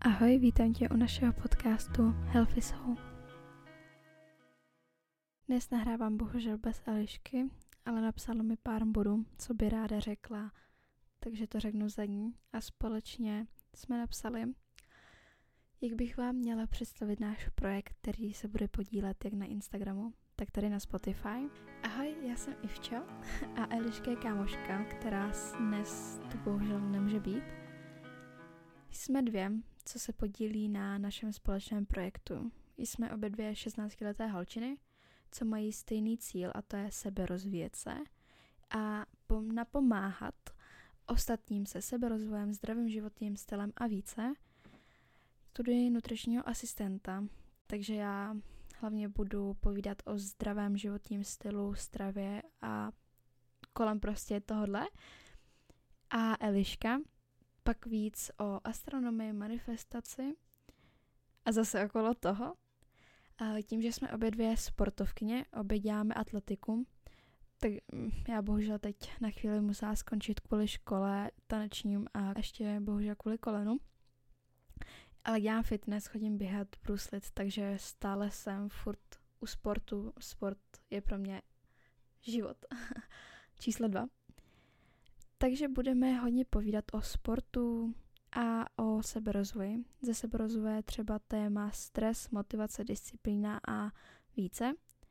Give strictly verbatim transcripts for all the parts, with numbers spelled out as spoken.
Ahoj, vítám tě u našeho podcastu Healthy Soul. Dnes nahrávám bohužel bez Elišky, ale napsala mi pár bodů, co by ráda řekla, takže to řeknu za ní a společně jsme napsali, jak bych vám měla představit náš projekt, který se bude podílet jak na Instagramu, tak tady na Spotify. Ahoj, já jsem Ivča a Eliška je kámoška, která dnes tu bohužel nemůže být. Jsme dvě, co se podílí na našem společném projektu. Jsme obě dvě šestnáctileté holčiny, co mají stejný cíl, a to je seberozvíjet se a napomáhat ostatním se seberozvojem, zdravým životním stylem a více. Studuji nutričního asistenta, takže já hlavně budu povídat o zdravém životním stylu, stravě a kolem prostě tohodle. A Eliška pak víc o astronomii, manifestaci a zase okolo toho. A tím, že jsme obě dvě sportovkyně, obě děláme atletiku, tak já bohužel teď na chvíli musela skončit kvůli škole tanečním a ještě bohužel kvůli kolenu. Ale dělám fitness, chodím běhat, bruslit, takže stále jsem furt u sportu. Sport je pro mě život. Číslo dva. Takže budeme hodně povídat o sportu a o seberozvoji. Ze seberozvoje třeba téma stres, motivace, disciplína a více.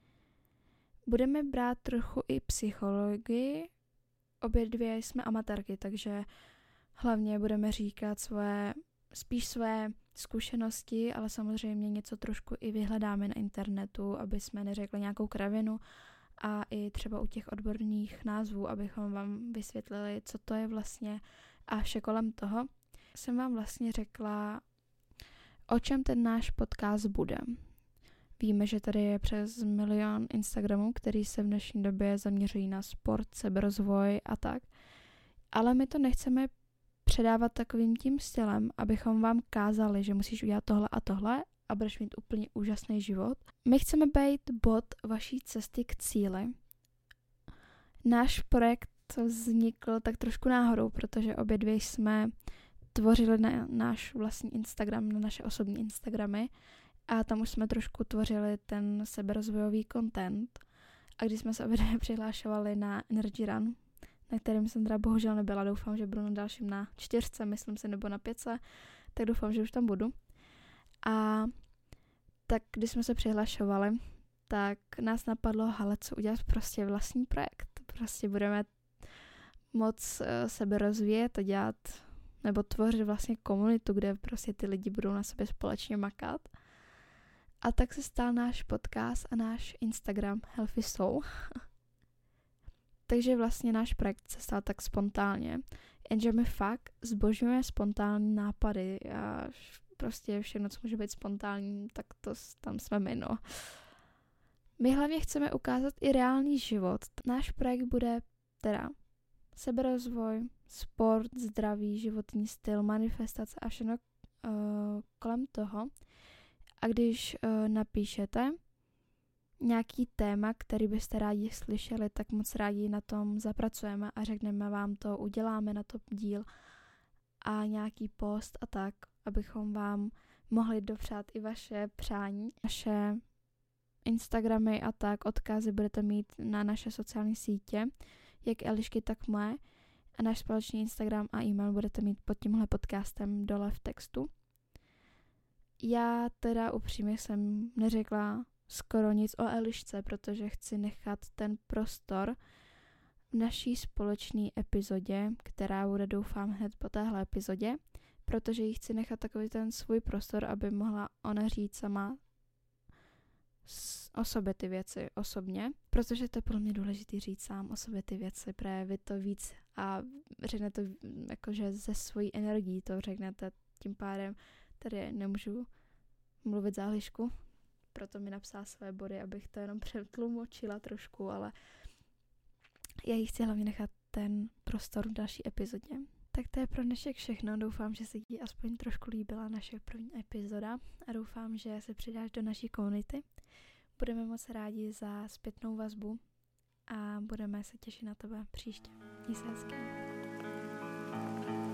Budeme brát trochu i psychologii. Obě dvě jsme amatérky, takže hlavně budeme říkat svoje, spíš své zkušenosti, ale samozřejmě něco trošku i vyhledáme na internetu, aby jsme neřekli nějakou kravinu. A i třeba u těch odborných názvů, abychom vám vysvětlili, co to je vlastně a vše kolem toho, jsem vám vlastně řekla, o čem ten náš podcast bude. Víme, že tady je přes milion Instagramů, který se v dnešní době zaměřují na sport, seberozvoj a tak, ale my to nechceme předávat takovým tím stylem, abychom vám kázali, že musíš udělat tohle a tohle, a budeš mít úplně úžasný život. My chceme být bod vaší cesty k cíli. Náš projekt vznikl tak trošku náhodou, protože obě dvě jsme tvořili na náš vlastní Instagram, na naše osobní Instagramy a tam už jsme trošku tvořili ten seberozvojový content. A když jsme se obě dvě přihlášovali na Energy Run, na kterém jsem teda bohužel nebyla, doufám, že budu na dalším na čtyřce, myslím si, nebo na pětce, tak doufám, že už tam budu. A tak když jsme se přihlašovali, tak nás napadlo, hele, co udělat prostě vlastní projekt. Prostě budeme moc uh, sebe rozvíjet a dělat, nebo tvořit vlastně komunitu, kde prostě ty lidi budou na sobě společně makat. A tak se stal náš podcast a náš Instagram Healthy Soul. Takže vlastně náš projekt se stal tak spontánně. Jenže my fakt zbožňujeme spontánní nápady a prostě všechno, co může být spontánní, tak to tam jsme my, no. My hlavně chceme ukázat i reálný život. Náš projekt bude teda seberozvoj, sport, zdravý, životní styl, manifestace a všechno uh, kolem toho. A když uh, napíšete nějaký téma, který byste rádi slyšeli, tak moc rádi na tom zapracujeme a řekneme vám to, uděláme na to díl a nějaký post a tak, abychom vám mohli dopřát i vaše přání. Naše Instagramy a tak, odkazy budete mít na naše sociální sítě, jak Elišky, tak moje. A náš společný Instagram a e-mail budete mít pod tímhle podcastem dole v textu. Já teda upřímně jsem neřekla skoro nic o Elišce, protože chci nechat ten prostor v naší společné epizodě, která bude, doufám, hned po téhle epizodě, protože jí chci nechat takový ten svůj prostor, aby mohla ona říct sama o sobě ty věci osobně, protože to je pro mě důležité říct sám o sobě ty věci, projevit to víc a řeknete jakože ze svojí energií to řeknete, tím pádem tady nemůžu mluvit za Elišku, proto mi napsala své body, abych to jenom přetlumočila trošku, ale já jí chci hlavně nechat ten prostor v další epizodě. Tak to je pro dnešek všechno. Doufám, že se ti aspoň trošku líbila naše první epizoda a doufám, že se přidáš do naší komunity. Budeme moc rádi za zpětnou vazbu a budeme se těšit na tebe příště. Měj se hezky.